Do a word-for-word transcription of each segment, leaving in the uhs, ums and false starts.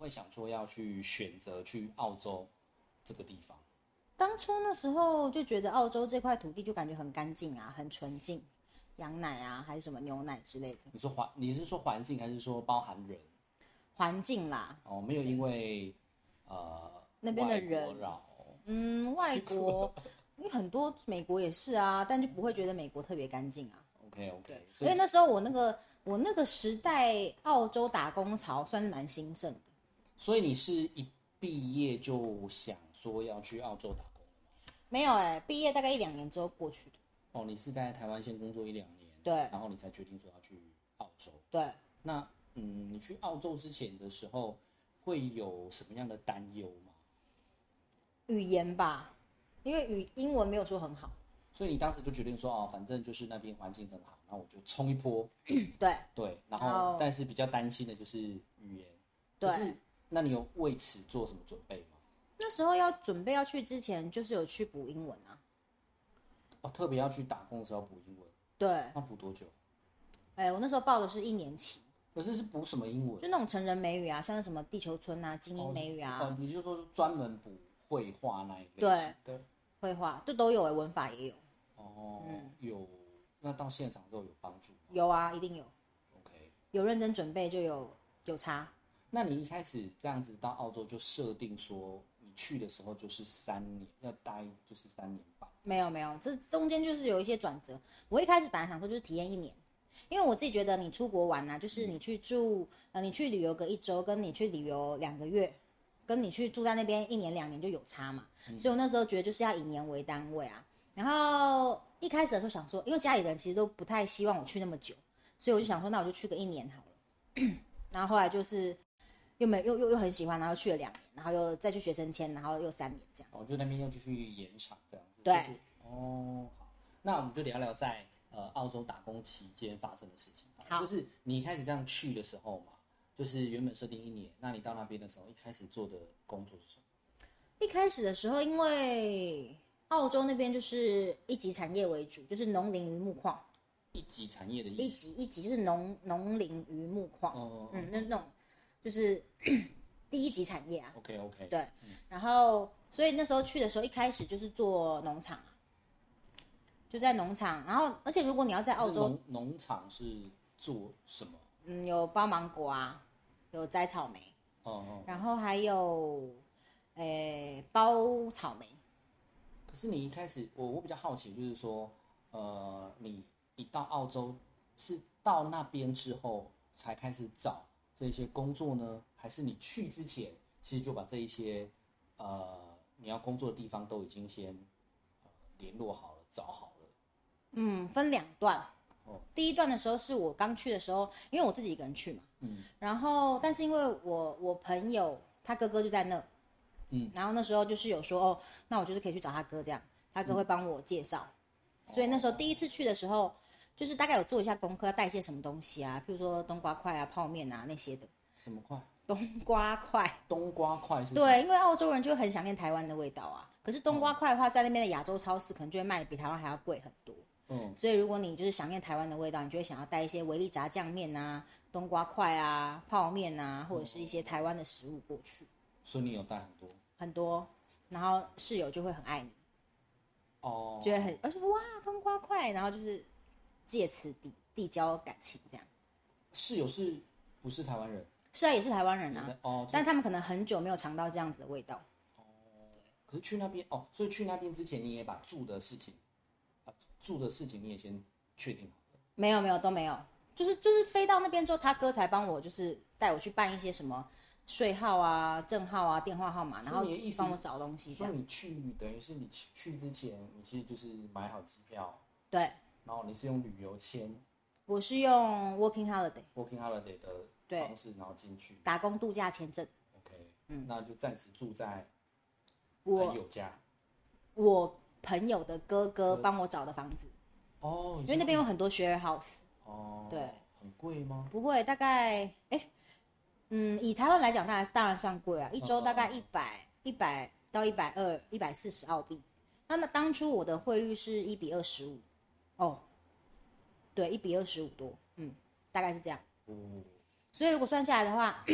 会想说要去选择去澳洲这个地方？ 当初那时候就觉得澳洲这块土地就感觉很干净啊，很纯净，羊奶啊还是什么牛奶之类的。 你说环，你是说环境还是说包含人？ 环境啦。 哦，没有因为呃那边的人外国扰嗯，外国因为很多美国也是啊，但就不会觉得美国特别干净啊。 OK OK， 所以那时候我那个我那个时代，澳洲打工潮算是蛮兴盛的。 所以你是一毕业就想说要去澳洲打工了吗？ 没有哎、欸，毕业大概一两年之后过去的。 哦，你是在台湾先工作一两年， 对， 然后你才决定说要去澳洲。 对， 那嗯，你去澳洲之前的时候，会有什么样的担忧吗？ 语言吧，因为语英文没有说很好。 所以你当时就决定说，哦，反正就是那边环境很好，然后我就冲一波。 对对，然后但是比较担心的就是语言。 对， 可是那你有为此做什么准备吗？ 那时候要准备要去之前，就是有去补英文啊。 哦，特别要去打工的时候补英文。 对。 那补多久？ 哎、欸，我那时候报的是一年期。 可是是补什么英文？ 就那种成人美语啊，像是什么地球村啊、精英美语啊。 哦，你就说专门补绘画那一类对的。 绘画就都有哎、欸，文法也有。 哦，嗯、有。那到现场之后有帮助吗？ 有啊，一定有。 OK， 有认真准备就有有差。 那你一开始这样子到澳洲就设定说，你去的时候就是三年，要待就是三年半？ 没有没有，这中间就是有一些转折。我一开始本来想说就是体验一年，因为我自己觉得你出国玩啊，就是你去住呃，你去旅游个一周，跟你去旅游两个月，跟你去住在那边一年两年就有差嘛。嗯、所以我那时候觉得就是要以年为单位啊。然后一开始的时候想说，因为家里人其实都不太希望我去那么久，所以我就想说，那我就去个一年好了。然后后来就是又没又又又很喜欢，然后去了两年，然后又再去学生签，然后又三年这样。 哦，就那边又继续延长这样子。 对。 哦，好，那我们就聊聊在呃澳洲打工期间发生的事情。 好， 就是你一开始这样去的时候嘛，就是原本设定一年，那你到那边的时候，一开始做的工作是什么？ 一开始的时候，因为澳洲那边就是一级产业为主，就是农林渔牧矿。 一级产业的意思？ 一级一级就是农农林渔牧矿。 哦， 嗯，那那种就是第一级产业啊。 OK OK。 对，嗯、然后所以那时候去的时候，一开始就是做农场啊，就在农场。然后，而且如果你要在澳洲， 农农场是做什么？ 嗯，有包芒果啊，有摘草莓， 哦哦， 然后还有诶包草莓。 可是你一开始，我我比较好奇，就是说，呃，你你到澳洲是到那边之后才开始找这些工作呢，还是你去之前其实就把这一些呃你要工作的地方都已经先呃联络好了，找好了？ 嗯，分两段。 哦， 第一段的时候是我刚去的时候，因为我自己一个人去嘛，嗯，然后但是因为我我朋友他哥哥就在那。嗯，然后那时候就是有说哦，那我就是可以去找他哥这样，他哥会帮我介绍。嗯、所以那时候第一次去的时候，就是大概有做一下功课，要带一些什么东西啊，譬如说冬瓜块啊、泡面啊那些的。 什么块？ 冬瓜块。 冬瓜块是？ 对，因为澳洲人就很想念台湾的味道啊。可是冬瓜块的话，在那边的亚洲超市可能就会卖的比台湾还要贵很多。嗯，所以如果你就是想念台湾的味道，你就会想要带一些维力炸酱面啊、冬瓜块啊、泡面啊，或者是一些台湾的食物过去。 所以你有带很多很多，然后室友就会很爱你， 哦， 就会很，而且说哇冬瓜块，然后就是借此递递交感情这样。 室友是不是台湾人？ 是啊，也是台湾人啊， 哦， 但他们可能很久没有尝到这样子的味道。 哦，可是去那边哦，所以去那边之前你也把住的事情，啊、住的事情你也先确定好了？ 没有没有都没有，就是就是飞到那边之后，他哥才帮我就是带我去办一些什么。税号啊、证号啊、电话号码，然后帮我找东西。 所以你去等于是你去之前，你其实就是买好机票， 对。 然后你是用旅游签， 我是用 working holiday，working holiday 的方式，然后进去打工度假签证。 OK，嗯，那就暂时住在我朋友家。 我朋友的哥哥帮我找的房子。 哦， 因为那边有很多 share house。 哦， 对。 很贵吗？ 不会，大概哎。嗯，以台湾来讲，当然当然算贵啊，一周大概一百一百到一百二、一百四十澳币。那那当初我的汇率是一比二十五，哦，对，一比二十五多，嗯，大概是这样。嗯，所以如果算下来的话，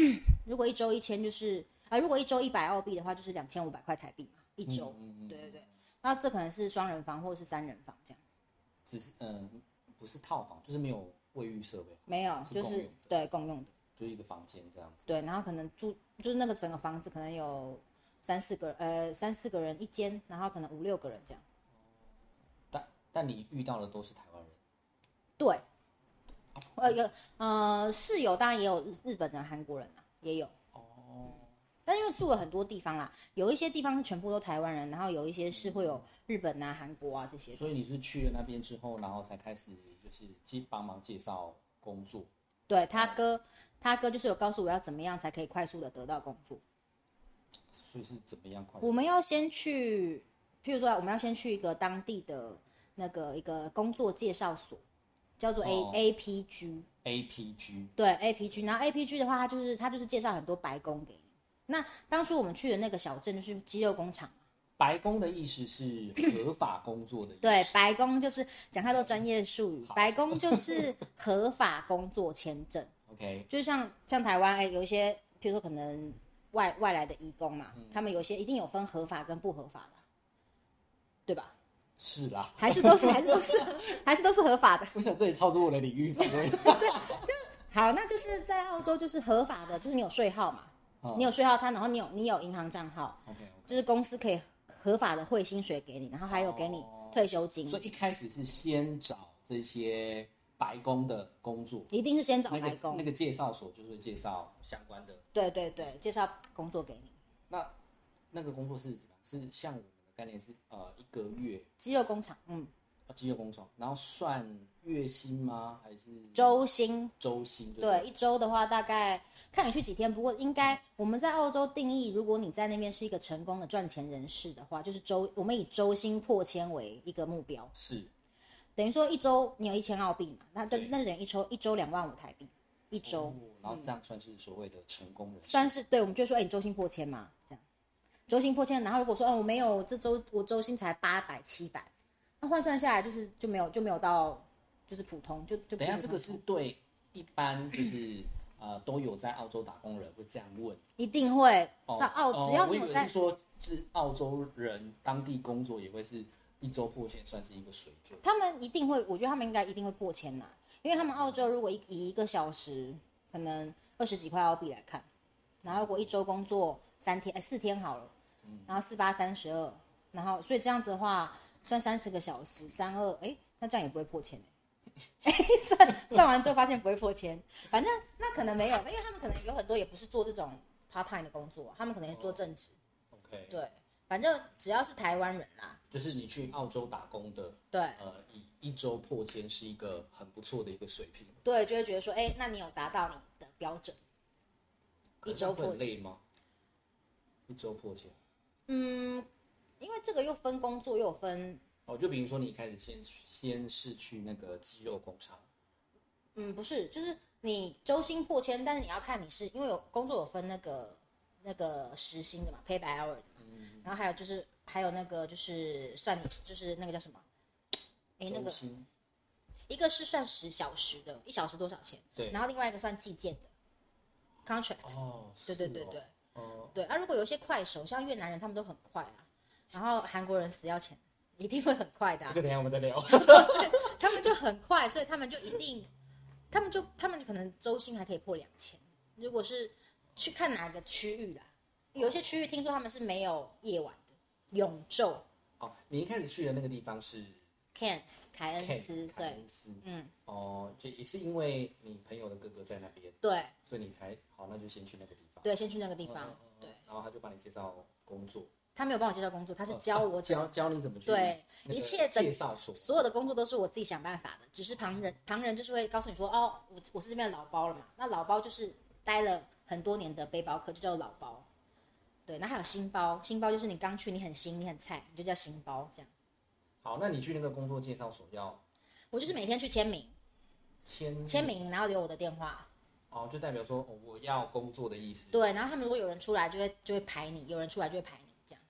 如果一周一千就是啊、呃，如果一周一百澳币的话，就是两千五百块台币嘛，一周。嗯嗯嗯对对对，那这可能是双人房或者是三人房这样。 只是嗯，不是套房，就是没有卫浴设备。 没有， 是就是对共用的， 就一个房间这样子。 对，然后可能住就是那个整个房子可能有三四个呃三四个人一间，然后可能五六个人这样。 但但你遇到的都是台湾人。 对。呃，有呃室友当然也有日本人、韩国人啊，也有。哦。但因为住了很多地方啦，有一些地方全部都台湾人，然后有一些是会有日本啊、韩国啊这些。 所以你是去了那边之后，然后才开始就是介帮忙介绍工作。 对，他哥，他哥就是有告诉我要怎么样才可以快速的得到工作。 所以是怎么样快速？ 我们要先去，譬如说我们要先去一个当地的那个一个工作介绍所。叫做 A、哦、A P G，A P G 对 A P G， 然后 A P G 的话，它就是它就是介绍很多白工给你。那当初我们去的那个小镇就是鸡肉工厂。 白工的意思是合法工作的意思。 对，白工就是讲太多专业术语，白工就是合法工作签证。 OK， 就是像像台湾哎，有一些譬如说可能外外来的移工嘛，嗯、他们有些一定有分合法跟不合法的，对吧？ 是啦， 还是都是还是都是还是都是合法的。 我想这里超出我的领域。对， 就好，那就是在澳洲就是合法的，就是你有税号嘛，哦、你有税号它，然后你有你有银行账号 ，OK，, okay. 就是公司可以合法的汇薪水给你，然后还有给你退休金。 哦、所以一开始是先找这些白工的工作， 一定是先找白工。 那个、那个介绍所就是介绍相关的， 对对对，介绍工作给你。 那那个工作是怎么样？是像我。概念是呃一个月鸡肉工厂，嗯， 啊鸡肉工厂，然后算月薪吗？还是周薪？ 周薪对，一周的话大概看你去几天，不过应该我们在澳洲定义，如果你在那边是一个成功的赚钱人士的话，就是周我们以周薪破千为一个目标， 是等于说一周你有一千澳币嘛，那那等于一周一周两万五台币一周、哦， 然后这样算是所谓的成功人士， 算是对，我们就说哎、欸，你周薪破千嘛，这样。周薪破千，然后如果说，嗯，我没有这周我周薪才八百七百，那换算下来就是就没有就没有到就是普通就就。 等一下，这个是对一般就是呃都有在澳洲打工人会这样问， 一定会在澳、 哦、 只要你有在， 我以为是說是澳洲人当地工作也会是一周破千算是一个水准。 他们一定会，我觉得他们应该一定会破千呐，因为他们澳洲如果以一个小时可能二十几块澳币来看，然后如果一周工作三天，哎四天好了。然后四八三十二，然后所以这样子的话，算三十个小时，三二，哎，那这样也不会破千哎，算算完之后发现不会破千，反正那可能没有，因为他们可能有很多也不是做这种 part time 的工作，他们可能是做正职。 Oh, OK， 对，反正只要是台湾人啦， 就是你去澳洲打工的， 对， 呃，以一周破千是一个很不错的一个水平。 对，就会觉得说，哎，那你有达到你的标准，一周破千。 累吗？一周破千。 嗯，因为这个又分工作，又有分哦，就比如说你一开始先先是去那个鸡肉工厂， 嗯，不是，就是你周薪破千，但是你要看你是因为有工作有分那个那个时薪的嘛 ，pay by hour 的，嗯，然后还有就是还有那个就是算你就是那个叫什么，哎，那个一个是算十小时的，一小时多少钱？ 对， 然后另外一个算计件的 contract， 哦， 对对对对。 哦， 对啊，如果有些快手，像越南人他们都很快啊，然后韩国人死要钱，一定会很快的、啊。 这个等一下我们再聊。 他们就很快，所以他们就一定，他们就他们可能周薪还可以破两千。如果是去看哪个区域啦，有一些区域听说他们是没有夜晚的，永昼。 哦，你一开始去的那个地方是 Cairns 凯恩斯， 凯恩斯， 对，嗯， 哦，就也是因为你朋友的哥哥在那边， 对， 所以你才好，那就先去那个地方， 对，先去那个地方，嗯嗯嗯、对， 然后他就帮你介绍工作， 他没有帮我介绍工作，他是教我、 哦、教教你怎么去， 对，一切介绍所， 所有的工作都是我自己想办法的，只是旁人旁人就是会告诉你说，哦，我我是这边的老包了嘛，那老包就是待了很多年的背包客，就叫老包，对，那还有新包，新包就是你刚去，你很新，你很菜，你就叫新包这样。 好，那你去那个工作介绍所要？ 我就是每天去签名， 签签名，然后留我的电话。 哦，就代表说、哦、我要工作的意思。 对，然后他们如果有人出来，就会就会排你；有人出来就会排你，这样。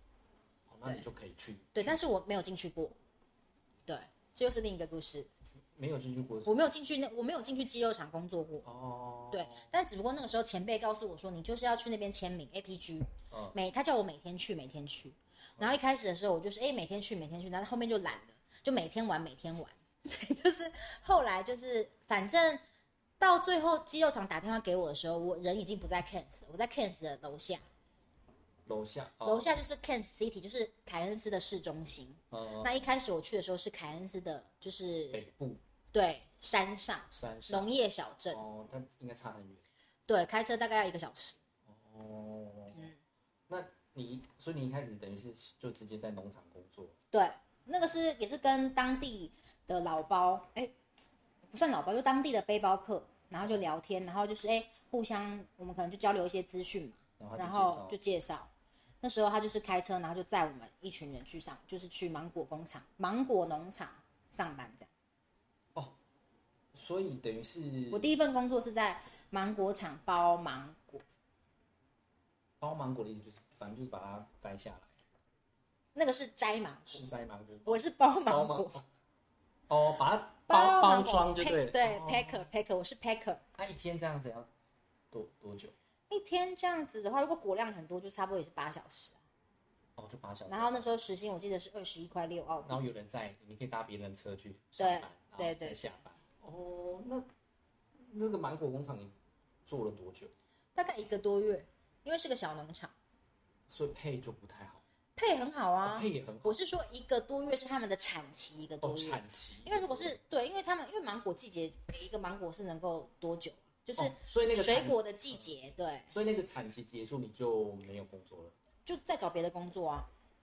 哦，那你就可以去。 对，但是我没有进去过。对，这又是另一个故事。 没有进去过， 我没有进去那，我没有进去肌肉厂工作过。 哦， 对，但只不过那个时候前辈告诉我说，你就是要去那边签名 A P G，、嗯、每他叫我每天去，每天去。然后一开始的时候，我就是哎每天去，每天去，但是后面就懒了，就每天玩，每天玩。所以就是后来就是反正到最后肌肉厂打电话给我的时候，我人已经不在 Cairns， 我在 Cairns 的楼下。 楼下， 哦、楼下就是 Cairns City， 就是凯恩斯的市中心。嗯、那一开始我去的时候是凯恩斯的，就是北部， 对，山上， 山上农业小镇。 哦，但应该差很远。 对，开车大概要一个小时。 哦，嗯，那你，所以你一开始等于是就直接在农场工作？ 对，那个是也是跟当地的老包，哎，不算老包，就当地的背包客，然后就聊天，然后就是哎，互相我们可能就交流一些资讯嘛，然后就介绍。那时候他就是开车，然后就载我们一群人去上，就是去芒果工厂、芒果农场上班这样。 哦，所以等于是我第一份工作是在芒果厂包芒果。 包芒果的意思就是，反正就是把它摘下来。 那个是摘芒果， 是摘芒果。 我是包芒果。 哦，把它包包装就对了。 对 ，packer packer， 我是 packer。 他一天这样子要多多久？ 一天这样子的话，如果果量很多，就差不多也是八小时啊。 哦，就八小时。 然后那时候时薪我记得是二十一块六澳币。 然后有人在，你可以搭别人的车去上班， 对对对， 下班。哦，那那个芒果工厂你做了多久？ 大概一个多月，因为是个小农场， 所以配就不太好。 配很好啊， 哦、配也很好。 我是说一个多月是他们的产期，一个多月。 哦、产期。 因为如果是对，因为他们因为芒果季节，每一个芒果是能够多久？就是所以那个水果的季节，对， 所以那个产期结束你就没有工作了， 就再找别的工作啊。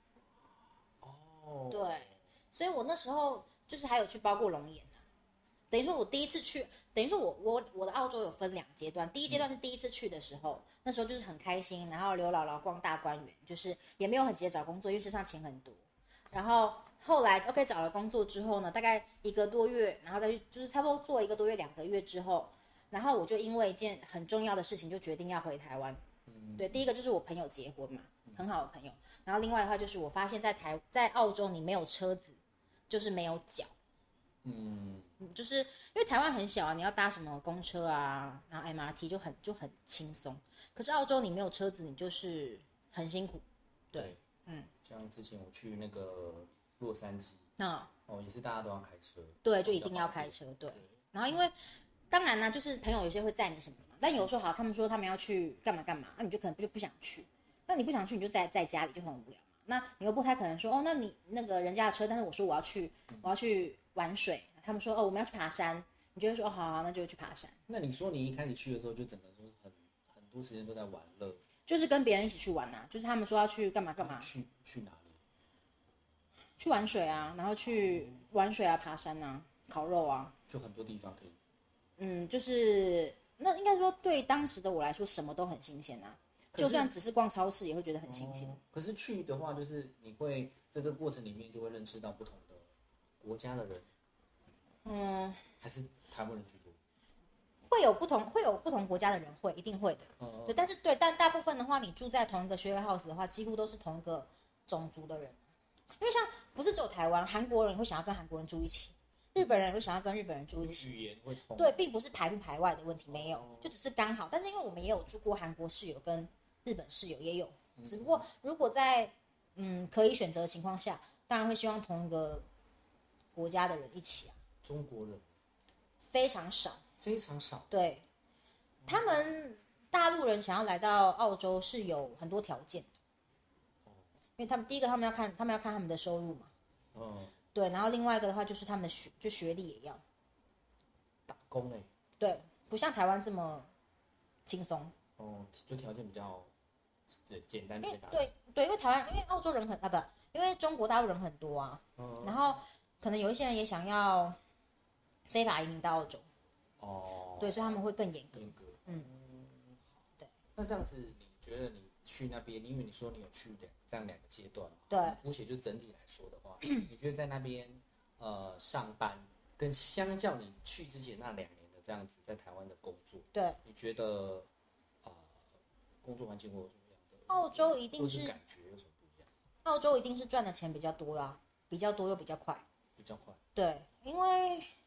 哦， 对，所以我那时候就是还有去包过龙眼啊。等于说我第一次去，等于说我我我的澳洲有分两阶段，第一阶段是第一次去的时候，嗯、那时候就是很开心，然后刘姥姥逛大观园，就是也没有很急着找工作，因为身上钱很多。然后后来 OK 找了工作之后呢，大概一个多月，然后再去就是差不多做一个多月两个月之后。然后我就因为一件很重要的事情，就决定要回台湾。嗯，对，第一个就是我朋友结婚嘛，很好的朋友。然后另外的话就是我发现，在台在澳洲你没有车子，就是没有脚。嗯，就是因为台湾很小啊，你要搭什么公车啊，然后 M R T 就很就很轻松。可是澳洲你没有车子，你就是很辛苦。对，对嗯，像之前我去那个洛杉矶， 那、 嗯、哦也是大家都要开车。 对，就一定要开车。对，对然后因为。当然啦，就是朋友有些会载你什么的嘛，但有时候好，他们说他们要去干嘛干嘛，那、啊、你就可能就不想去。那你不想去，你就在在家里就很无聊嘛。那你又不太可能说哦，那你那个人家的车，但是我说我要去，我要去玩水，他们说哦我们要去爬山，你就会说哦好好，那就去爬山。 那你说你一开始去的时候，就整个说很很多时间都在玩乐， 就是跟别人一起去玩啊，就是他们说要去干嘛干嘛。 去去哪里？ 去玩水啊，然后去玩水啊，爬山啊，烤肉啊， 就很多地方可以。 嗯，就是那应该说对当时的我来说，什么都很新鲜啊。就算只是逛超市，也会觉得很新鲜、哦。 可是去的话，就是你会在这个过程里面就会认识到不同的国家的人，嗯，还是台湾人居多？ 会有不同，会有不同国家的人会，一定会的。嗯、对，但是对，但大部分的话，你住在同一个学位 house 的话，几乎都是同一个种族的人。因为像不是只有台湾，韩国人会想要跟韩国人住一起。日本人会想要跟日本人住一起， 语言会通。 对，并不是排不排外的问题，没有，就只是刚好。但是因为我们也有住过韩国室友跟日本室友也有，只不过如果在嗯可以选择的情况下，当然会希望同一个国家的人一起啊。 中国人非常少， 非常少。 对，他们大陆人想要来到澳洲是有很多条件的，因为他们第一个他们要看他们要看他们的收入嘛，嗯。对，然后另外一个的话就是他们的学，就学历也要打工哎、欸， 对，不像台湾这么轻松。 哦，就条件比较简单， 因为对对，因为台湾，因为澳洲人很啊不，因为中国大陆人很多啊，嗯、然后可能有一些人也想要非法移民到澳洲，哦，对，所以他们会更严格。 严格， 嗯，对。 那这样子，你觉得你去那边，因为你说你有去两这样两个阶段嘛， 对， 而且就整体来说的话，你觉得在那边呃上班，跟相较你去之前那两年的这样子在台湾的工作， 对， 你觉得呃工作环境会有什么样的？ 澳洲一定是感觉有什么不一样？ 澳洲一定是赚的钱比较多啦，比较多又比较快， 比较快。 对，因为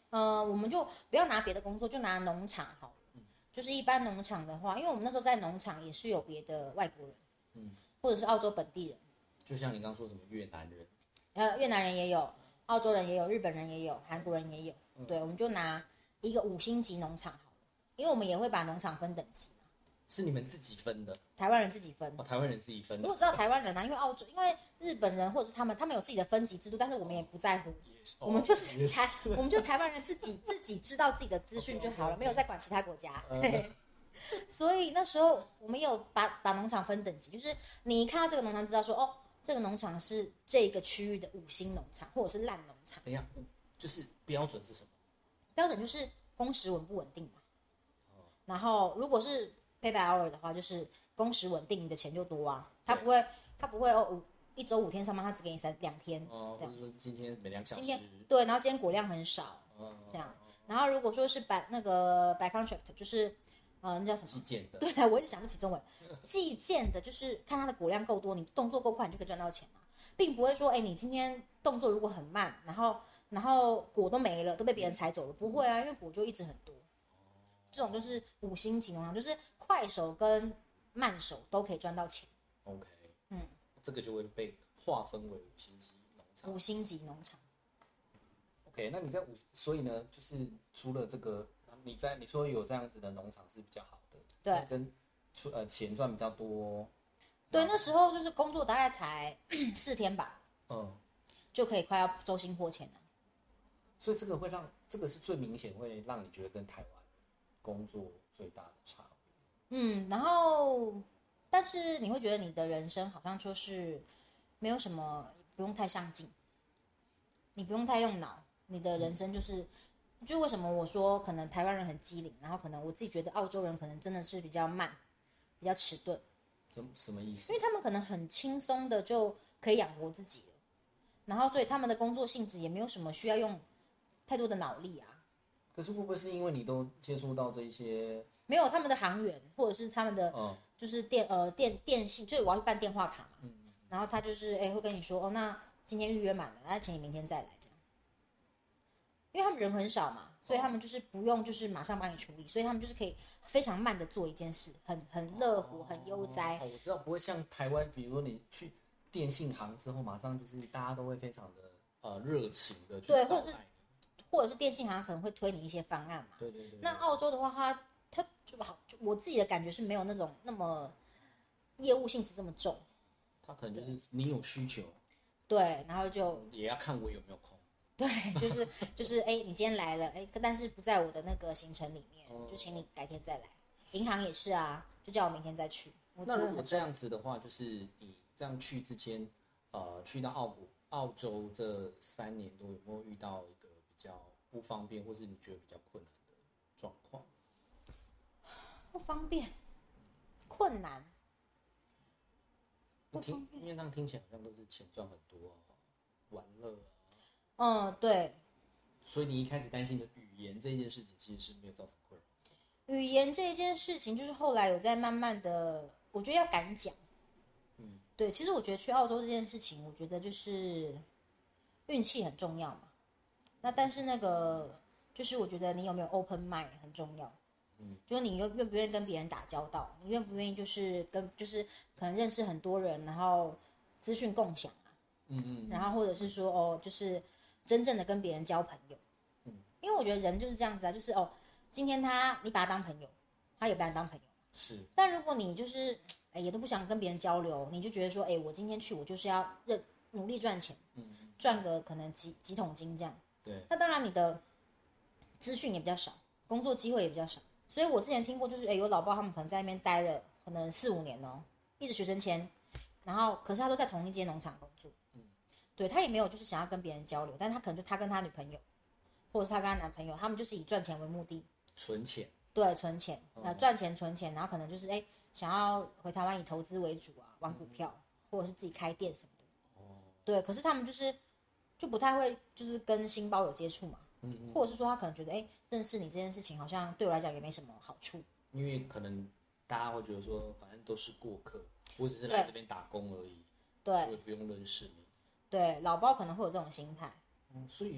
呃，我们就不要拿别的工作，就拿农场好了。嗯、就是一般农场的话，因为我们那时候在农场也是有别的外国人，嗯，或者是澳洲本地人， 就像你刚说什么越南人， 呃，越南人也有，澳洲人也有，日本人也有，韩国人也有。嗯、对，我们就拿一个五星级农场好了，因为我们也会把农场分等级。 是你们自己分的？ 台湾人自己分。 哦，台湾人自己分的。 如果知道台湾人啊，因为澳洲，因为日本人或者是他们，他们有自己的分级制度，但是我们也不在乎，我们就是台，我们就台湾人自己自己知道自己的资讯就好了，没有在管其他国家。所以那时候我们有把把农场分等级，就是你一看到这个农场，知道说哦，这个农场是这个区域的五星农场，或者是烂农场。 等一下，就是标准是什么？ 标准就是工时稳不稳定嘛。然后如果是pay by hour 的话，就是工时稳定，你的钱就多啊。他不会，他不会哦，五一周五天上班，他只给你三两天。 哦，或者说今天每两小时。 今天对，然后今天果量很少，哦、这样。然后如果说是白那个白 contract， 就是呃那叫什么？ 计件的。 对，我一直想不起中文。计件的就是看它的果量够多，你动作够快，你就可以赚到钱啊，并不会说，哎，你今天动作如果很慢，然后然后果都没了，都被别人采走了，不会啊，因为果就一直很多。这种就是五星级农场，就是快手跟慢手都可以赚到钱。 OK， 嗯，这个就会被划分为五星级农场。 五星级农场。 OK， 那你在五，所以呢，就是除了这个，你在你说有这样子的农场是比较好的， 对， 跟出呃钱赚比较多。 对，那时候就是工作大概才四天吧，嗯，就可以快要周薪破千了。 所以这个会让这个是最明显会让你觉得跟台湾工作最大的差别。 嗯，然后，但是你会觉得你的人生好像就是没有什么，不用太上进，你不用太用脑，你的人生就是，嗯、就为什么我说可能台湾人很机灵，然后可能我自己觉得澳洲人可能真的是比较慢，比较迟钝。 什什么意思？ 因为他们可能很轻松的就可以养活自己了，然后所以他们的工作性质也没有什么需要用太多的脑力啊。 可是会不会是因为你都接触到这一些？ 没有，他们的行员或者是他们的，嗯、就是电呃电电信，就是我要去办电话卡嘛，嗯、然后他就是哎会跟你说哦，那今天预约满了，那请你明天再来这样。因为他们人很少嘛，所以他们就是不用就是马上帮你处理，所以他们就是可以非常慢的做一件事，很很乐活，很悠哉。 哦，我知道不会像台湾，比如说你去电信行之后，马上就是大家都会非常的呃热情的去招待你。对，或者是。 或者是电信行可能会推你一些方案嘛？ 对对 对, 对。 那澳洲的话，它它就好，就我自己的感觉是没有那种那么业务性质这么重。 它可能就是你有需求， 对，然后就也要看我有没有空。 对，就是就是哎，你今天来了，哎，但是不在我的那个行程里面，嗯、就请你改天再来。银行也是啊，就叫我明天再去。 那如果这样子的话，就是你这样去之前，呃，去到澳国澳洲这三年多，有没有遇到一个比较不方便，或是你觉得比较困难的状况？ 不方便，困难， 不方便，因为那样听起来好像都是钱赚很多啊，玩乐啊。 嗯，对。 所以你一开始担心的语言这件事情，其实是没有造成困扰。 语言这件事情，就是后来有在慢慢的，我觉得要敢讲。嗯，对，其实我觉得去澳洲这件事情，我觉得就是运气很重要嘛。那但是那个就是我觉得你有没有 open mind 很重要。嗯，就是你愿不愿意跟别人打交道，你愿不愿意就是跟就是可能认识很多人，然后资讯共享啊。嗯嗯。然后或者是说哦，就是真正的跟别人交朋友。嗯，因为我觉得人就是这样子啊，就是哦，今天他你把他当朋友，他也把你当朋友。 是。但如果你就是哎也都不想跟别人交流，你就觉得说哎我今天去我就是要认努力赚钱，嗯，赚个可能几几桶金这样。 对。 那当然你的资讯也比较少，工作机会也比较少。所以我之前听过，就是哎有老鸨他们可能在那边待了可能四五年哦，一直学生签，然后可是他都在同一间农场工作。嗯。对，他也没有就是想要跟别人交流，但他可能就他跟他女朋友，或者是他跟他男朋友，他们就是以赚钱为目的。 存钱。 对，存钱，呃，赚钱存钱，然后可能就是哎，想要回台湾以投资为主啊，玩股票，嗯、或者是自己开店什么的。哦。对，可是他们就是就不太会，就是跟新包有接触嘛。嗯嗯。或者是说他可能觉得，哎，认识你这件事情好像对我来讲也没什么好处。 因为可能大家会觉得说，反正都是过客，我只是来这边打工而已。 对。 我也不用认识你。 对，老包可能会有这种心态。 嗯，所以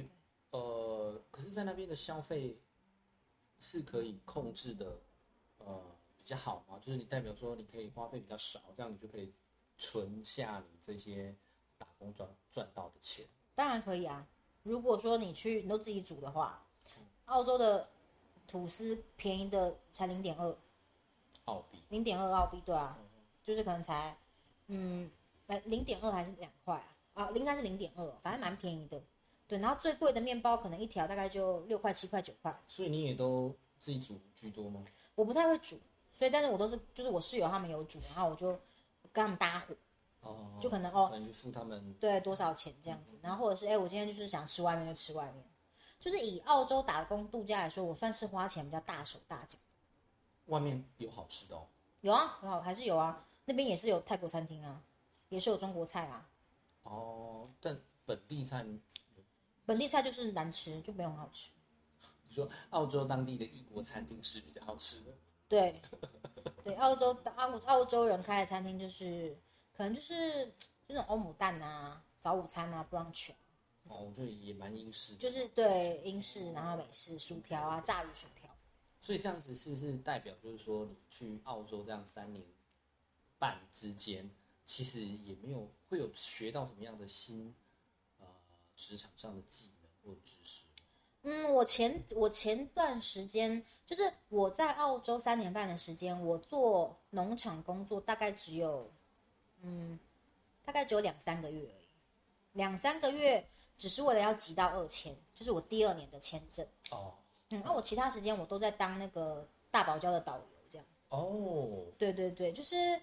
呃，可是，在那边的消费是可以控制的，呃，比较好吗？就是你代表说你可以花费比较少，这样你就可以存下你这些打工赚赚到的钱。 当然可以啊。如果说你去你都自己煮的话，澳洲的吐司便宜的才零点二澳币， 零点二澳币，对啊，就是可能才嗯，零点二还是两块啊？啊，应该是零点二，反正蛮便宜的。对，然后最贵的面包可能一条大概就六块、七块、九块。 所以你也都自己煮居多吗？ 我不太会煮，所以但是我都是就是我室友他们有煮，然后我就跟他们搭伙。 哦， 就可能哦， 你就付他们对多少钱这样子，然后或者是哎、欸，我今天就是想吃外面就吃外面，就是以澳洲打工度假来说，我算是花钱比较大手大脚。 外面有好吃的哦？ 有啊，有啊，还是有啊，那边也是有泰国餐厅啊，也是有中国菜啊。 哦，但本地菜， 本地菜就是难吃，就没有很好吃。 你说澳洲当地的异国餐厅是比较好吃的？ 对，对，澳洲澳澳洲人开的餐厅就是可能就是就那种欧姆蛋啊、早午餐啊、brunch 啊。 哦，我觉得也蛮英式的， 就是对英式，然后美式薯条啊，炸鱼薯条。 所以这样子是不是代表就是说，你去澳洲这样三年半之间，其实也没有会有学到什么样的新呃职场上的技能或知识？ 嗯，我前我前段时间就是我在澳洲三年半的时间，我做农场工作大概只有嗯，大概只有两三个月而已，两三个月只是为了要集到二签，就是我第二年的签证。 哦， 嗯，那、啊、我其他时间我都在当那个大堡礁的导游，这样。 哦， 对对对，就是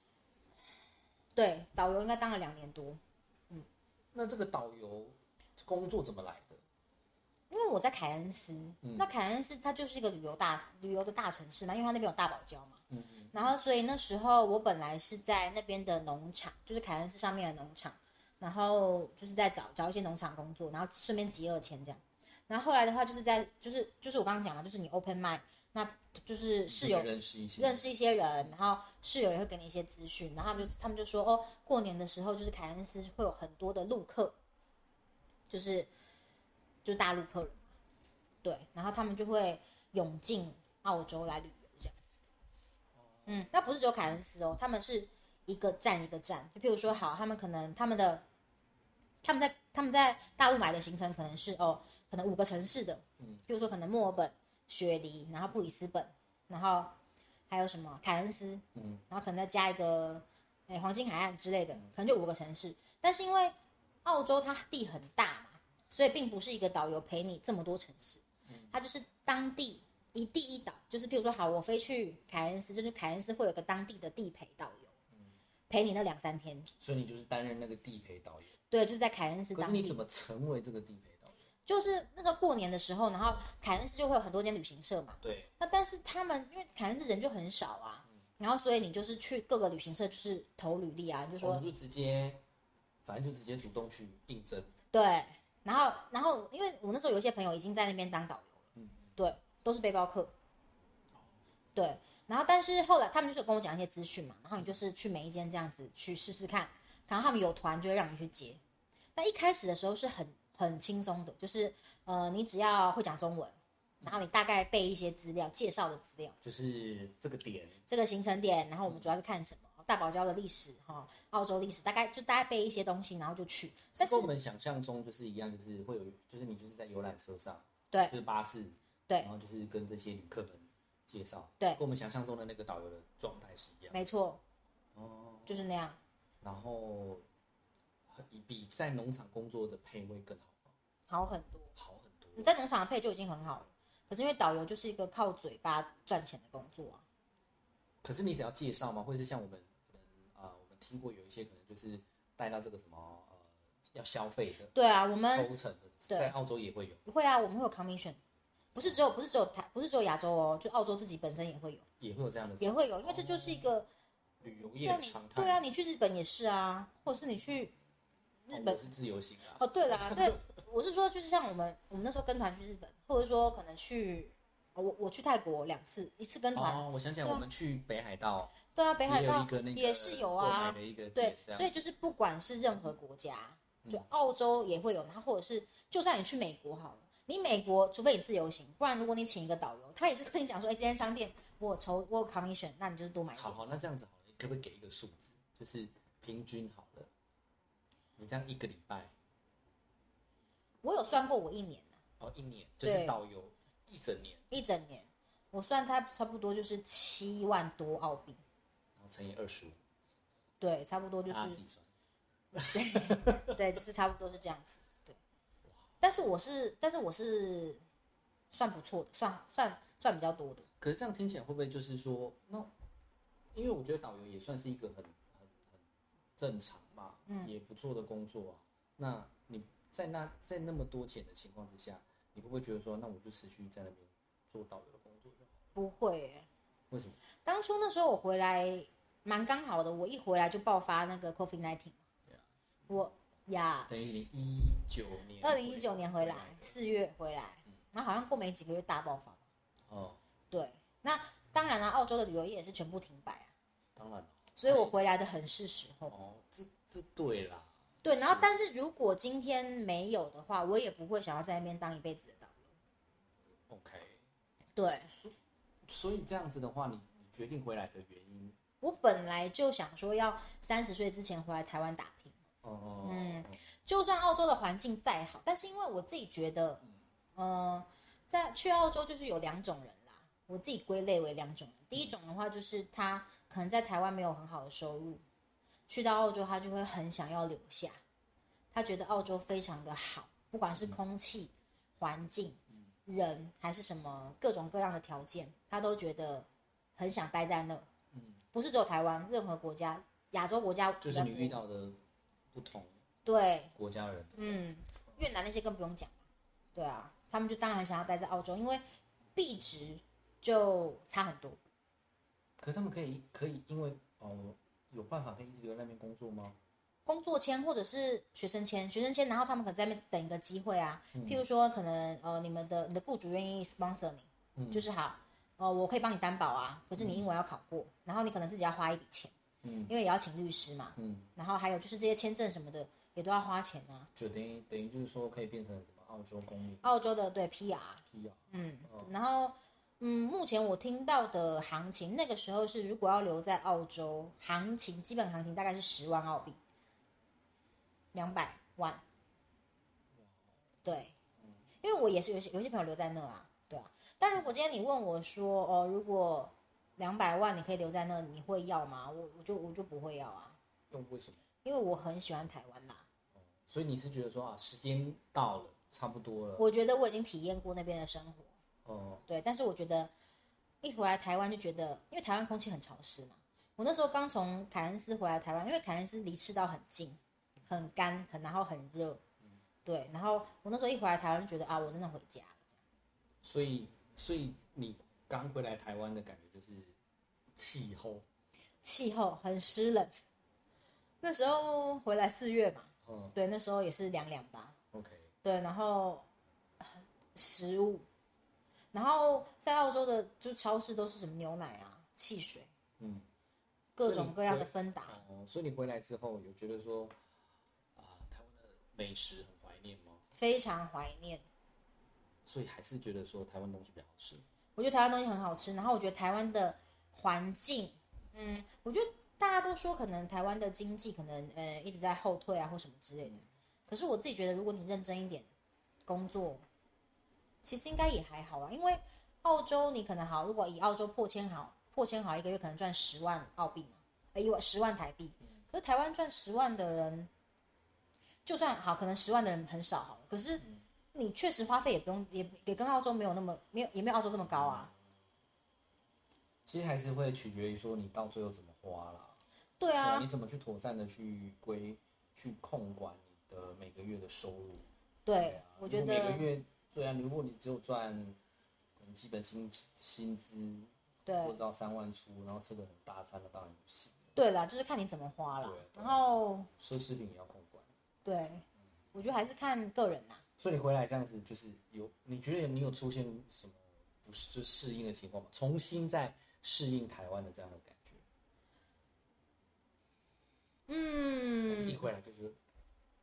对导游应该当了两年多。嗯， 那这个导游工作怎么来的？ 因为我在凯恩斯， 嗯、 那凯恩斯它就是一个旅游大旅游的大城市嘛，因为它那边有大堡礁嘛。 嗯嗯。 然后所以那时候我本来是在那边的农场，就是凯恩斯上面的农场，然后就是在找找一些农场工作，然后顺便集二签这样。然后后来的话，就是在就是就是我刚刚讲的，就是你 open mind， 那就是室友认识一些认识一些人，然后室友也会给你一些资讯，然后他们就他们就说哦，过年的时候就是凯恩斯会有很多的陆客，就是就是大陆客人嘛，对，然后他们就会涌进澳洲来旅游这样。嗯，那不是只有凯恩斯哦，他们是一个站一个站，就譬如说好，他们可能他们的他们在他们在大陆买的行程可能是哦。可能五个城市的，嗯，比如说可能墨尔本、雪梨，然后布里斯本，然后还有什么凯恩斯，嗯，然后可能再加一个哎黄金海岸之类的，可能就五个城市。但是因为澳洲它地很大嘛，所以并不是一个导游陪你这么多城市，它就是当地一地一岛，就是譬如说好，我飞去凯恩斯，就是凯恩斯会有个当地的地陪导游，陪你那两三天。 所以你就是担任那个地陪导游。 对，就是在凯恩斯当地。 可是你怎么成为这个地陪？ 就是那时候过年的时候，然后凯恩斯就会有很多间旅行社嘛。 对。 那但是他们因为凯恩斯人就很少啊，嗯、然后所以你就是去各个旅行社就是投履历啊，你就说。 我们就直接，反正就直接主动去应征。 对，然后然后因为我那时候有一些朋友已经在那边当导游了，嗯，对，都是背包客。对，然后但是后来他们就是跟我讲一些资讯嘛，然后你就是去每一间这样子去试试看，然后他们有团就会让你去接。但一开始的时候是很。很轻松的，就是呃，你只要会讲中文，然后你大概背一些资料，介绍的资料， 就是这个点， 这个行程点，然后我们主要是看什么，大堡礁的历史哈，澳洲历史，大概就大概背一些东西，然后就去。 但是跟我们想象中就是一样，就是会有，就是你就是在游览车上， 对， 就是巴士， 对， 然后就是跟这些旅客们介绍， 对， 跟我们想象中的那个导游的状态是一样， 没错， 哦， 就是那样， 然后。比在农场工作的配位更好吗？ 好很多， 好很多。 你在农场的配就已经很好了，可是因为导游就是一个靠嘴巴赚钱的工作啊。 可是你只要介绍吗？或是像我们可能啊、呃，我们听过有一些可能就是带到这个什么呃要消费的， 对啊，我们抽成的，在澳洲也会有。 会啊，我们会有 commission， 不是只有不是只有台不是只有亚洲哦，就澳洲自己本身也会有， 也会有这样的， 也会有，因为这就是一个、哦、 旅游业的常态。 对啊，你去日本也是啊，或者是你去。日本、 哦、是自由行啊。 哦，对啦，对，我是说，就是像我们，我们那时候跟团去日本，或者说可能去，我我去泰国两次，一次跟团。 哦，我想起来，我们去北海道。 对啊，北海道也有一个那个也是有啊。 的一个对，所以就是不管是任何国家， 就澳洲也会有，然后或者是就算你去美国好了，你美国除非你自由行，不然如果你请一个导游，他也是跟你讲说，哎，这间商店我有抽我有 commission， 那你就是多买一点。 好好，那这样子好了，你可不可以给一个数字，就是平均好了，你这样一个礼拜， 我有算过我一年啊， 哦，一年就是导游一整年， 一整年，我算它差不多就是七万多澳币， 然后乘以二十五， 对，差不多就是大家自己算。 对对，就是差不多是这样子。对，但是我是，但是我是算不错的，算算算比较多的。 可是这样听起来会不会就是说，那因为我觉得导游也算是一个很很很正常嘛，嗯，也不错的工作啊。那你在那在那么多钱的情况之下，你会不会觉得说，那我就持续在那边做导游的工作就好？ 不会耶， 为什么？ 当初那时候我回来蛮刚好的，我一回来就爆发那个 COVID 十九。我呀， 等于你一九年， 二零一九年回来，四月回来，然后好像过没几个月大爆发。 哦， 对，那当然了，澳洲的旅游业也是全部停摆啊。 当然了， 所以我回来的很是时候。 哦，这这对啦。 对，然后但是如果今天没有的话，我也不会想要在那边当一辈子的导游。 OK。 对。 所以这样子的话，你你决定回来的原因？ 我本来就想说要三十岁之前回来台湾打拼。 哦， 嗯，就算澳洲的环境再好，但是因为我自己觉得，嗯、呃，在去澳洲就是有两种人啦，我自己归类为两种人。第一种的话就是他可能在台湾没有很好的收入，去到澳洲他就会很想要留下，他觉得澳洲非常的好，不管是空气、环境、人还是什么各种各样的条件，他都觉得很想待在那。不是只有台湾，任何国家，亚洲国家就是你遇到的不同对国家人， 嗯，越南那些更不用讲，对啊，他们就当然很想要待在澳洲，因为币值就差很多。 可是他们可以可以因为哦有办法可以一直留在那边工作吗？ 工作签或者是学生签，学生签，然后他们可能在那边等一个机会啊，嗯、譬如说可能呃你们的你的雇主愿意 sponsor 你，嗯、就是好。哦，我可以帮你担保啊，可是你英文要考过，嗯、然后你可能自己要花一笔钱，嗯，因为也要请律师嘛，嗯，然后还有就是这些签证什么的也都要花钱啊。 就等于等于就是说可以变成什么澳洲公民？ 澳洲的对 P R，P R， 嗯，哦、然后嗯，目前我听到的行情，那个时候是如果要留在澳洲，行情基本行情大概是十万澳币，两百万，对，因为我也是有些有些朋友留在那啊。但如果今天你问我说，哦，如果两百万你可以留在那，你会要吗？我我就我就不会要啊。 那为什么？ 因为我很喜欢台湾啦。 哦，所以你是觉得说啊，时间到了，差不多了。 我觉得我已经体验过那边的生活。 哦。 对，但是我觉得一回来台湾就觉得，因为台湾空气很潮湿嘛。我那时候刚从凯恩斯回来台湾，因为凯恩斯离赤道很近，很干，很然后很热。嗯。对，然后我那时候一回来台湾就觉得啊，我真的回家了。 所以。所以你刚回来台湾的感觉就是气候， 气候很湿冷。那时候回来四月嘛，嗯，对，那时候也是凉凉的。 OK， 对，然后食物，然后在澳洲的就超市都是什么牛奶啊、汽水，嗯，各种各样的芬达。 哦，所以你回来之后有觉得说啊，台湾的美食很怀念吗？ 非常怀念。 所以还是觉得说台湾东西比较好吃。 我觉得台湾东西很好吃，然后我觉得台湾的环境，嗯，我觉得大家都说可能台湾的经济可能呃一直在后退啊或什么之类的，可是我自己觉得如果你认真一点工作，其实应该也还好啊。因为澳洲你可能好，如果以澳洲破千好，破千好一个月可能赚十万澳币嘛，呃，一万十万台币，可是台湾赚十万的人，就算好，可能十万的人很少好了，可是。你确实花费也不用，也也跟澳洲没有那么没有，也没有澳洲这么高啊。 其实还是会取决于说你到最后怎么花啦。 对啊， 你怎么去妥善的去规去控管你的每个月的收入？ 对，对啊、我觉得每个月对啊，如果你只有赚基本薪薪资， 对， 或者到三万出，然后吃个很大餐，那当然不行。 对啦，就是看你怎么花啦。然后奢侈品也要控管。 对，嗯、我觉得还是看个人呐。 所以你回来这样子，就是有你觉得你有出现什么不是就适应的情况吗？重新再适应台湾的这样的感觉？ 嗯， 一回来就觉得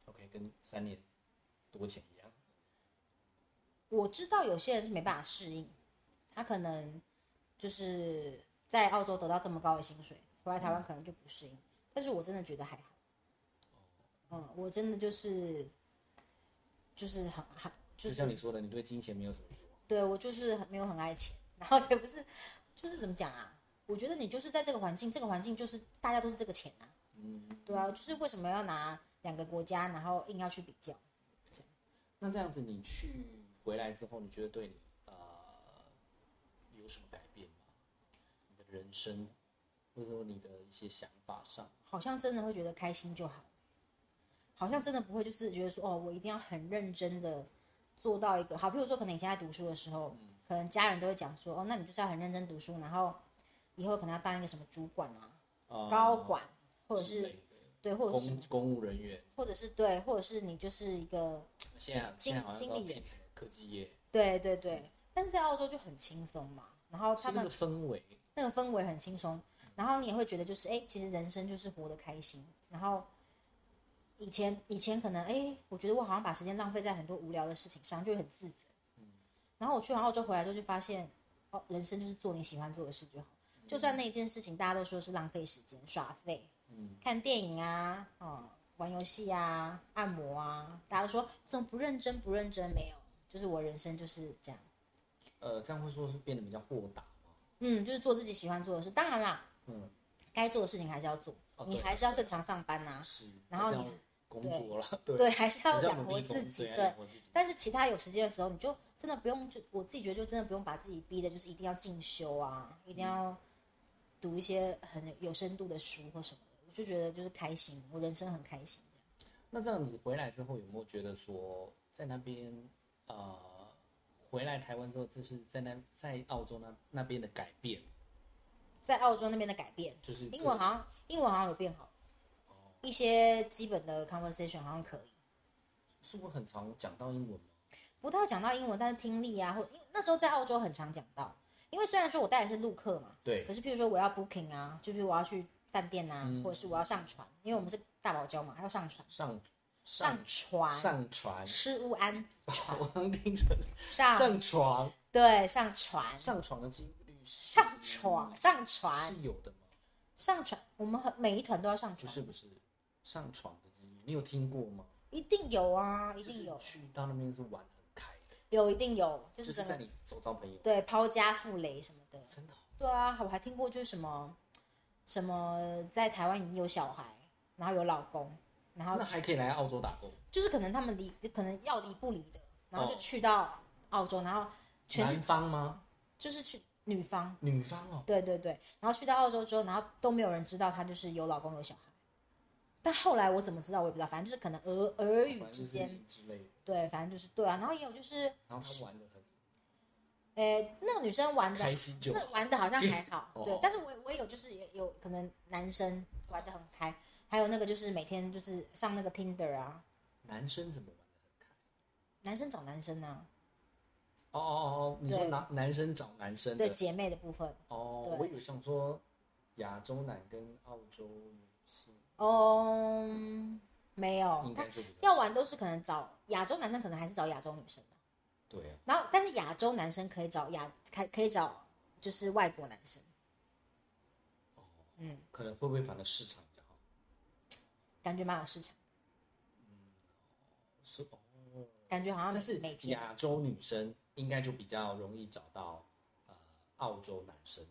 OK，跟三年多前一样。 我知道有些人是没办法适应，他可能就是在澳洲得到这么高的薪水，回来台湾可能就不适应。嗯、但是我真的觉得还好。嗯，我真的就是就是很很就是， 就像你说的，你对金钱没有什么欲望。 对，我就是没有很爱钱，然后也不是，就是怎么讲啊？我觉得你就是在这个环境，这个环境就是大家都是这个钱啊。嗯，对啊，就是为什么要拿两个国家，然后硬要去比较？这样。 那这样子，你去回来之后，你觉得对你呃有什么改变吗？你的人生，或者说你的一些想法上， 好像真的会觉得开心就好。好像真的不会，就是觉得说，哦，我一定要很认真的做到一个好。譬如说，可能以前在读书的时候，嗯、可能家人都会讲说，哦，那你就是要很认真读书，然后以后可能要当一个什么主管啊、呃、高管，或者是对，或者是公公务人员， 或者是对，或者是你就是一个经经经理人， 科技业。 对对对，但是在澳洲就很轻松嘛，然后他们那个氛围， 那个氛围很轻松，然后你也会觉得就是，哎，其实人生就是活得开心，然后。以前以前可能哎，我觉得我好像把时间浪费在很多无聊的事情上，就会很自责。嗯，然后我去完澳洲回来之后，就发现哦，人生就是做你喜欢做的事就好。嗯、就算那一件事情大家都说是浪费时间、耍废，嗯，看电影啊，哦，玩游戏啊，按摩啊，大家都说怎么不认真不认真？没有，就是我人生就是这样。 呃，这样会说是变得比较豁达吗？ 嗯，就是做自己喜欢做的事。当然啦，嗯，该做的事情还是要做，哦、你还是要正常上班呐、啊。 是， 然后你。 工作了， 对， 对， 还是要养活自己，对。但是其他有时间的时候，你就真的不用，就我自己觉得就真的不用把自己逼的，就是一定要进修啊，一定要读一些很有深度的书或什么的。我就觉得就是开心，我人生很开心这样。 那这样子回来之后，有没有觉得说在那边呃，回来台湾之后，就是在那在澳洲那那边的改变？ 在澳洲那边的改变， 就是英文好像英文好像有变好。一些基本的 conversation 好像可以。 是不是很常讲到英文吗？ 不太讲到英文，但是听力啊，或那时候在澳洲很常讲到。因为虽然说我带的是陆客嘛， 对， 可是譬如说我要 booking 啊，就比如我要去饭店啊，嗯、或者是我要上船，因为我们是大堡礁嘛，还要上船。 上上船， 上船， 施乌安船， 我刚听成上上床， 对，上船， 上床的几率上床上船是有的吗？ 上船，我们每一团都要上船， 不是不是。上床的经验，你有听过吗？ 一定有啊，一定有。 就是、去到那边是玩很开的， 有一定有，就是、 就是在你周遭朋友对抛家负累什么的， 真的、哦。 对啊，我还听过就是什么什么在台湾已经有小孩，然后有老公，然后那还可以来澳洲打工， 就是可能他们离可能要离不离的，然后就去到澳洲，然后全是男方吗？ 就是去女方， 女方哦， 对对对，然后去到澳洲之后，然后都没有人知道他就是有老公有小孩。但后来我怎么知道我也不知道，反正就是可能耳耳语之间之类的， 对，反正就是对啊。然后也有就是， 然后他玩的很， 诶，那个女生玩的开心就， 那玩的好像还好，对。但是我我也有就是也有可能男生玩的很开，还有那个就是每天就是上那个 Tinder 啊。 男生怎么玩的很开？ 男生找男生啊。 哦哦哦，你说男男生找男生的对姐妹的部分哦，我以为想说亚洲男跟澳洲女性。 哦、嗯，没有，他要玩都是可能找亚洲男生，可能还是找亚洲女生的。 对啊。 然后，但是亚洲男生可以找亚，可可以找就是外国男生。 哦，嗯，可能会不会反正市场比较好？ 感觉蛮有市场。 嗯，是哦。 感觉好像但是亚洲女生应该就比较容易找到呃澳洲男生。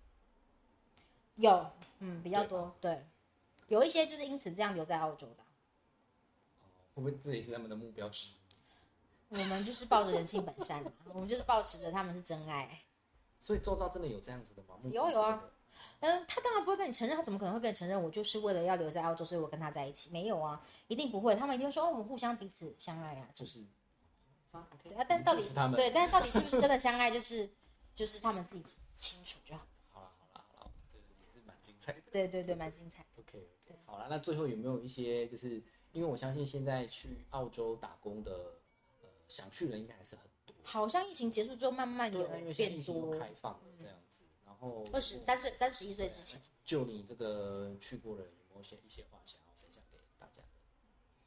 有，嗯，比较多，对。对有一些就是因此这样留在澳洲的、啊哦，会不会这也是他们的目标之一？ 我们就是抱着人性本善、啊，我们就是抱持着他们是真爱。 所以周遭真的有这样子的吗？ 有有啊，嗯，他当然不会跟你承认，他怎么可能会跟你承认我就是为了要留在澳洲，所以我跟他在一起？没有啊，一定不会，他们一定会说哦，我们互相彼此相爱啊， 就是， 对啊，但到底对，但到底是不是真的相爱，就是就是他们自己清楚就好。 好了好了好了，这也是蛮精彩的。 对对对，蛮精彩。 OK OK， 好了，那最后有没有一些就是因为我相信现在去澳洲打工的呃想去的人应该还是很多。 好像疫情结束之后慢慢有变多， 开放了这样子，然后二十三岁、三十一岁之前， 就你这个去过的人有没有些一些话想要分享给大家的？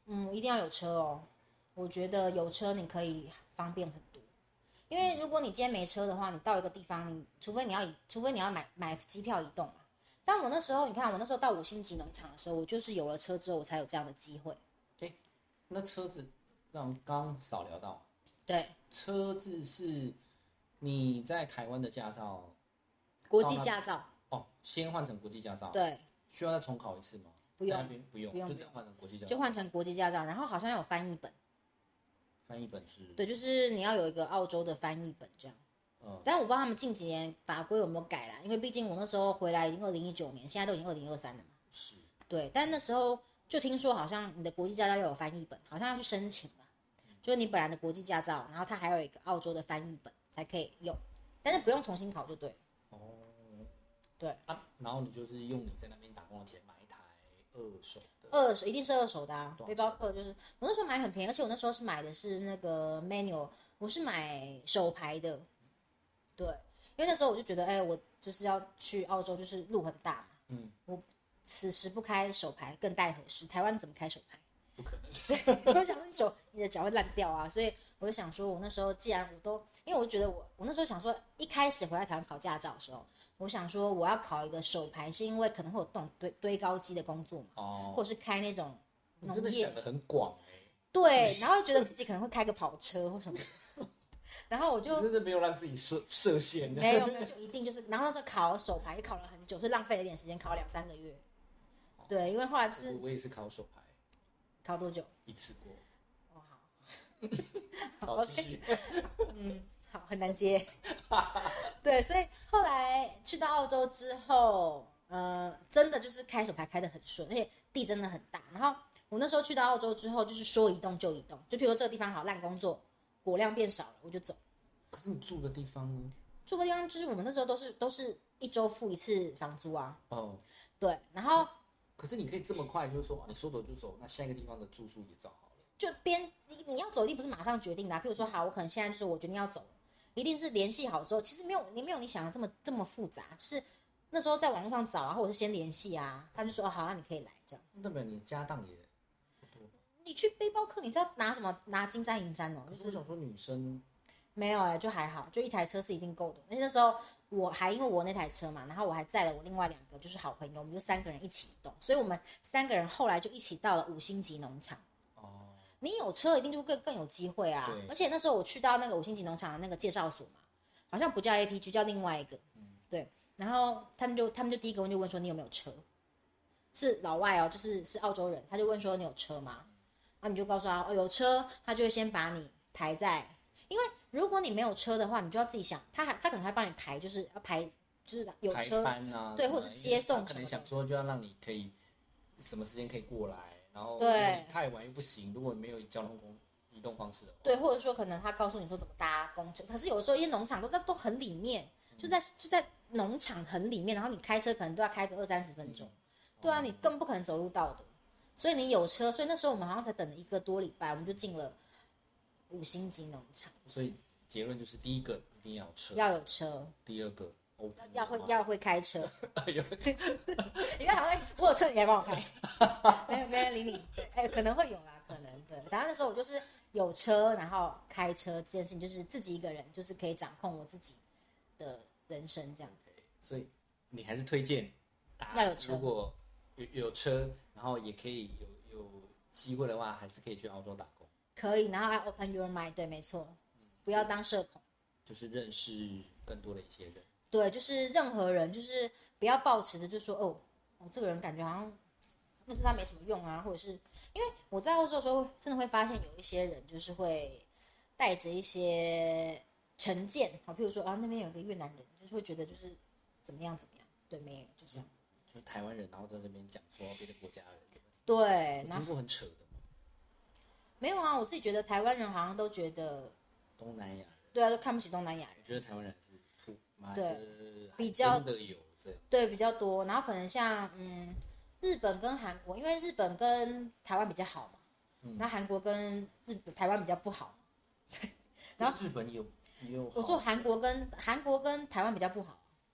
嗯，一定要有车哦。我觉得有车你可以方便很多，因为如果你今天没车的话，你到一个地方，你除非你要以，除非你要买买机票移动嘛。但我那时候，你看我那时候到五星级农场的时候，我就是有了车之后，我才有这样的机会。 哎，那车子让刚少聊到， 对， 车子是你在台湾的驾照， 国际驾照哦，先换成国际驾照， 对， 需要再重考一次吗？ 不用， 在那边不用， 不用， 就只换成国际驾照， 就换成国际驾照，然后好像有翻译本。 翻译本是？ 对，就是你要有一个澳洲的翻译本这样。嗯，但我不知道他们近几年法规有没有改啦，因为毕竟我那时候回来已经二零一九年，现在都已经二零二三了嘛。 是。 对，但那时候就听说好像你的国际驾照要有翻译本，好像要去申请吧。就是你本来的国际驾照，然后它还有一个澳洲的翻译本才可以用，但是不用重新考就对了。 哦。 对啊，然后你就是用你在那边打工的钱买一台二手的。 二手一定是二手的啊，背包客就是我那时候买很便宜，而且我那时候是买的是那个 manual， 我是买手牌的。对，因为那时候我就觉得，哎、欸，我就是要去澳洲，就是路很大嘛，嗯，我此时不开手牌更待何时？台湾怎么开手牌？ 不可能。 对，我想说你手你的脚会烂掉啊，所以我就想说，我那时候既然我都，因为我就觉得我我那时候想说，一开始回来台湾考驾照的时候，我想说我要考一个手牌，是因为可能会有这种堆堆高机的工作嘛，哦，或者是开那种农业，你真的想得很广哎、欸。 对，然后觉得自己可能会开个跑车或什么的。然后我就真的没有让自己设设限的， 没有没有，就一定就是，然后那时候考手牌也考了很久，所以浪费了一点时间，考了两三个月。对，因为后来就是我也是考手牌， 考多久？ 一次过。 哦好， 好继续。 嗯，好，很难接。对，所以后来去到澳洲之后，呃，真的就是开手牌开得很顺，而且地真的很大。然后我那时候去到澳洲之后，就是说移动就移动，就譬如说这个地方好烂工作。果量变少了，我就走。 可是你住的地方呢？ 住的地方就是我们那时候都是都是一周付一次房租啊。 哦， 对，然后可是你可以这么快，就是说你说走就走，那下一个地方的住宿也找好了。 就边你你要走，一定不是马上决定的、啊。譬如说，好，我可能现在就是我决定要走了，一定是联系好之后，其实没有你没有你想的这么这么复杂，就是那时候在网络上找啊，或者是先联系啊，他就说、哦、好，那你可以来这样。 代表你家当也。 你去背包客，你是要拿什么？拿金山银山哦。 就是我想说女生没有哎、欸，就还好，就一台车是一定够的。而且那时候我还因为我那台车嘛，然后我还载了我另外两个就是好朋友，我们就三个人一起移动，所以我们三个人后来就一起到了五星级农场。哦，你有车一定就更更有机会啊！而且那时候我去到那个五星级农场的那个介绍所嘛，好像不叫 A P G， 叫另外一个。嗯，对。然后他们就他们就第一个问就问说你有没有车？是老外哦，就是是澳洲人，他就问说你有车吗？那你就告诉他哦有车，他就会先把你排在，因为如果你没有车的话，你就要自己想，他还他可能还帮你排，就是要排，就是有车排班啊， 对，或者是接送什么的。 可能想说就要让你可以什么时间可以过来，然后对太晚又不行，如果没有交通工移动方式的话， 对，或者说可能他告诉你说怎么搭公车，可是有的时候一些农场都在都很里面，就在就在农场很里面，然后你开车可能都要开个二三十分钟，对啊，你更不可能走路到的。所以你有车，所以那时候我们好像才等了一个多礼拜，我们就进了五星级农场。 所以结论就是，第一个一定要有车， 要有车； 第二个要会要会开车。 你不要想说我有车，你还帮我开，没有没人理你。哎、欸，可能会有啦，可能对。然后那时候我就是有车，然后开车这件事情，就是自己一个人，就是可以掌控我自己的人生这样。 所以你还是推荐要有车， 如果有有车。然后也可以有有机会的话，还是可以去澳洲打工。 可以，然后 I open your mind， 对，没错，嗯、不要当社恐， 就是认识更多的一些人。 对，就是任何人，就是不要抱持着就说哦，哦，这个人感觉好像那是他没什么用啊，或者是因为我在澳洲的时候，真的会发现有一些人就是会带着一些成见，好，譬如说啊那边有个越南人，就是会觉得就是怎么样怎么样，对，没有就这样。 就是台湾人，然后在那边讲说别的国家的人， 对， 听过很扯的吗？ 没有啊，我自己觉得台湾人好像都觉得东南亚人， 对啊，都看不起东南亚人。 我觉得台湾人是普， 对，比较真的有这对比较多，然后可能像嗯日本跟韩国，因为日本跟台湾比较好嘛，嗯、那韩国跟日本台湾比较不好，对，然后日本有也有， 我说韩国跟韩国跟台湾比较不好。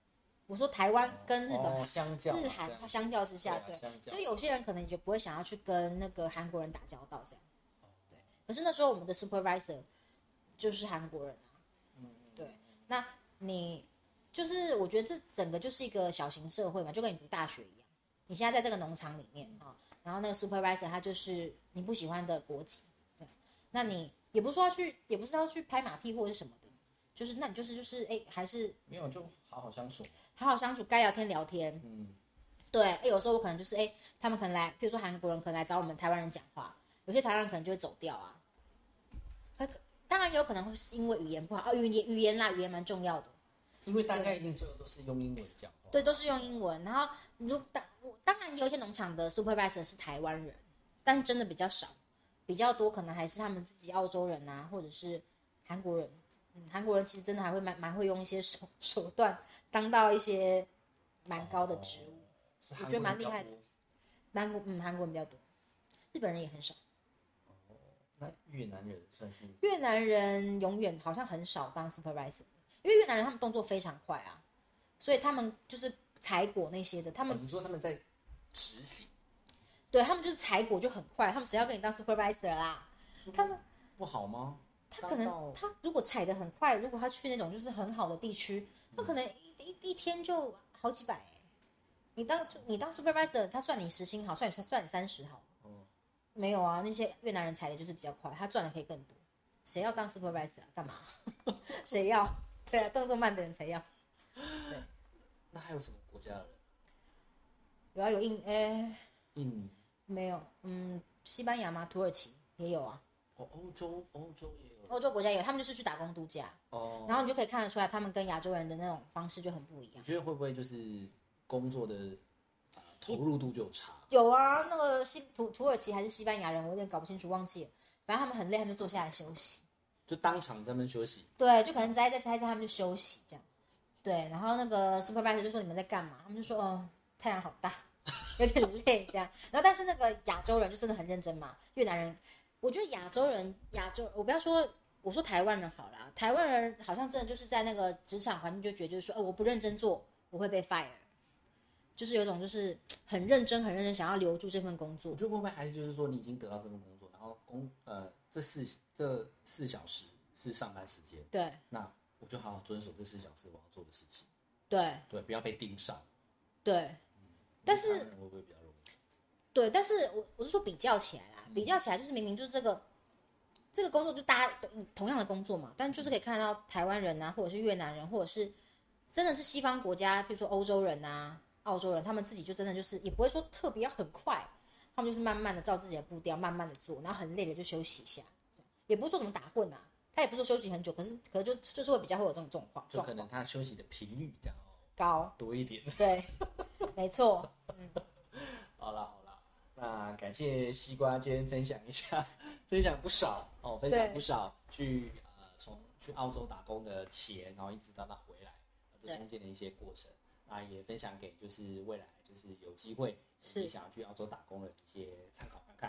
我说台湾跟日本、 哦、相较日韩相较之下，对， 对、啊， 所以有些人可能就不会想要去跟那个韩国人打交道这样。对，可是那时候我们的 supervisor 就是韩国人啊。嗯，对，那你就是我觉得这整个就是一个小型社会嘛，就跟你读大学一样。你现在在这个农场里面啊，然后那个 supervisor 他就是你不喜欢的国籍，这样，那你也不是说要去，也不是要去拍马屁或者是什么的。就是那你就是就是哎，还是没有就好好相处， 好好相处，该聊天聊天。嗯，对。哎，有时候我可能就是哎，他们可能来，比如说韩国人可能来找我们台湾人讲话，有些台湾人可能就会走掉啊。当然也有可能会是因为语言不好，哦，语言语言啦，语言蛮重要的。 因为大概一定最后都是用英文讲话。 对，都是用英文。然后如当当然有一些农场的 supervisor 是台湾人，但是真的比较少，比较多可能还是他们自己澳洲人啊，或者是韩国人。韩国人其实真的还会蛮蛮会用一些手手段，当到一些蛮高的职务，哦、我觉得蛮厉害的。韩国嗯，韩国人比较多，日本人也很少。 哦，那越南人算是？ 越南人永远好像很少当 supervisor， 因为越南人他们动作非常快啊，所以他们就是采果那些的，他们、 哦、你说他们在执行？ 对，他们就是采果就很快，他们谁要跟你当 supervisor 啦？他们不好吗？ 他可能他如果踩得很快，如果他去那种就是很好的地区，他可能一一一天就好几百、欸。你当你当 supervisor， 他算你时薪好，算你算你三十好。哦，没有啊，那些越南人踩的就是比较快，他赚的可以更多。谁要当 supervisor 啊？干嘛？谁要？对啊，动作慢的人才要。对。 那还有什么国家的人？ 有啊，有印诶， 印尼没有，嗯，西班牙吗？土耳其也有啊。 哦，欧洲欧洲也有。 欧洲国家有，他们就是去打工度假，哦，然后你就可以看得出来，他们跟亚洲人的那种方式就很不一样。 你觉得会不会就是工作的、呃、投入度就有差？ 有啊，那个西土土耳其还是西班牙人，我有点搞不清楚，忘记了。反正他们很累，他们就坐下来休息， 就当场在那边休息。 对，就可能摘摘摘摘，他们就休息这样。对，然后那个 supervisor 就说你们在干嘛？他们就说哦，太阳好大，有点累这样。然后但是那个亚洲人就真的很认真嘛，越南人。我觉得亚洲人，亚洲，我不要说，我说台湾人好了，台湾人好像真的就是在那个职场环境就觉得就是说，哦，我不认真做，我会被 fire， 就是有一种就是很认真、很认真想要留住这份工作。 我觉得会不会还是就是说，你已经得到这份工作，然后工呃这四这四小时是上班时间， 对， 那我就好好遵守这四小时我要做的事情， 对对，不要被盯上， 对，嗯、但是会不会比较容易？ 对，但是我我是说比较起来啦，比较起来就是明明就是这个这个工作就大家同样的工作嘛，但就是可以看到台湾人啊，或者是越南人，或者是真的是西方国家，比如说欧洲人啊、澳洲人，他们自己就真的就是也不会说特别要很快，他们就是慢慢的照自己的步调慢慢的做，然后很累了就休息一下，也不是说什么打混啊，他也不是说休息很久，可是可是就就是会比较会有这种状况， 就可能他休息的频率比较高多一点， 对，没错，嗯， 好啦好啦。那感谢西瓜今天分享一下，分享不少哦，分享不少去呃从去澳洲打工的前，然后一直到他回来，这中间的一些过程，那也分享给就是未来就是有机会是想要去澳洲打工的一些参考看看。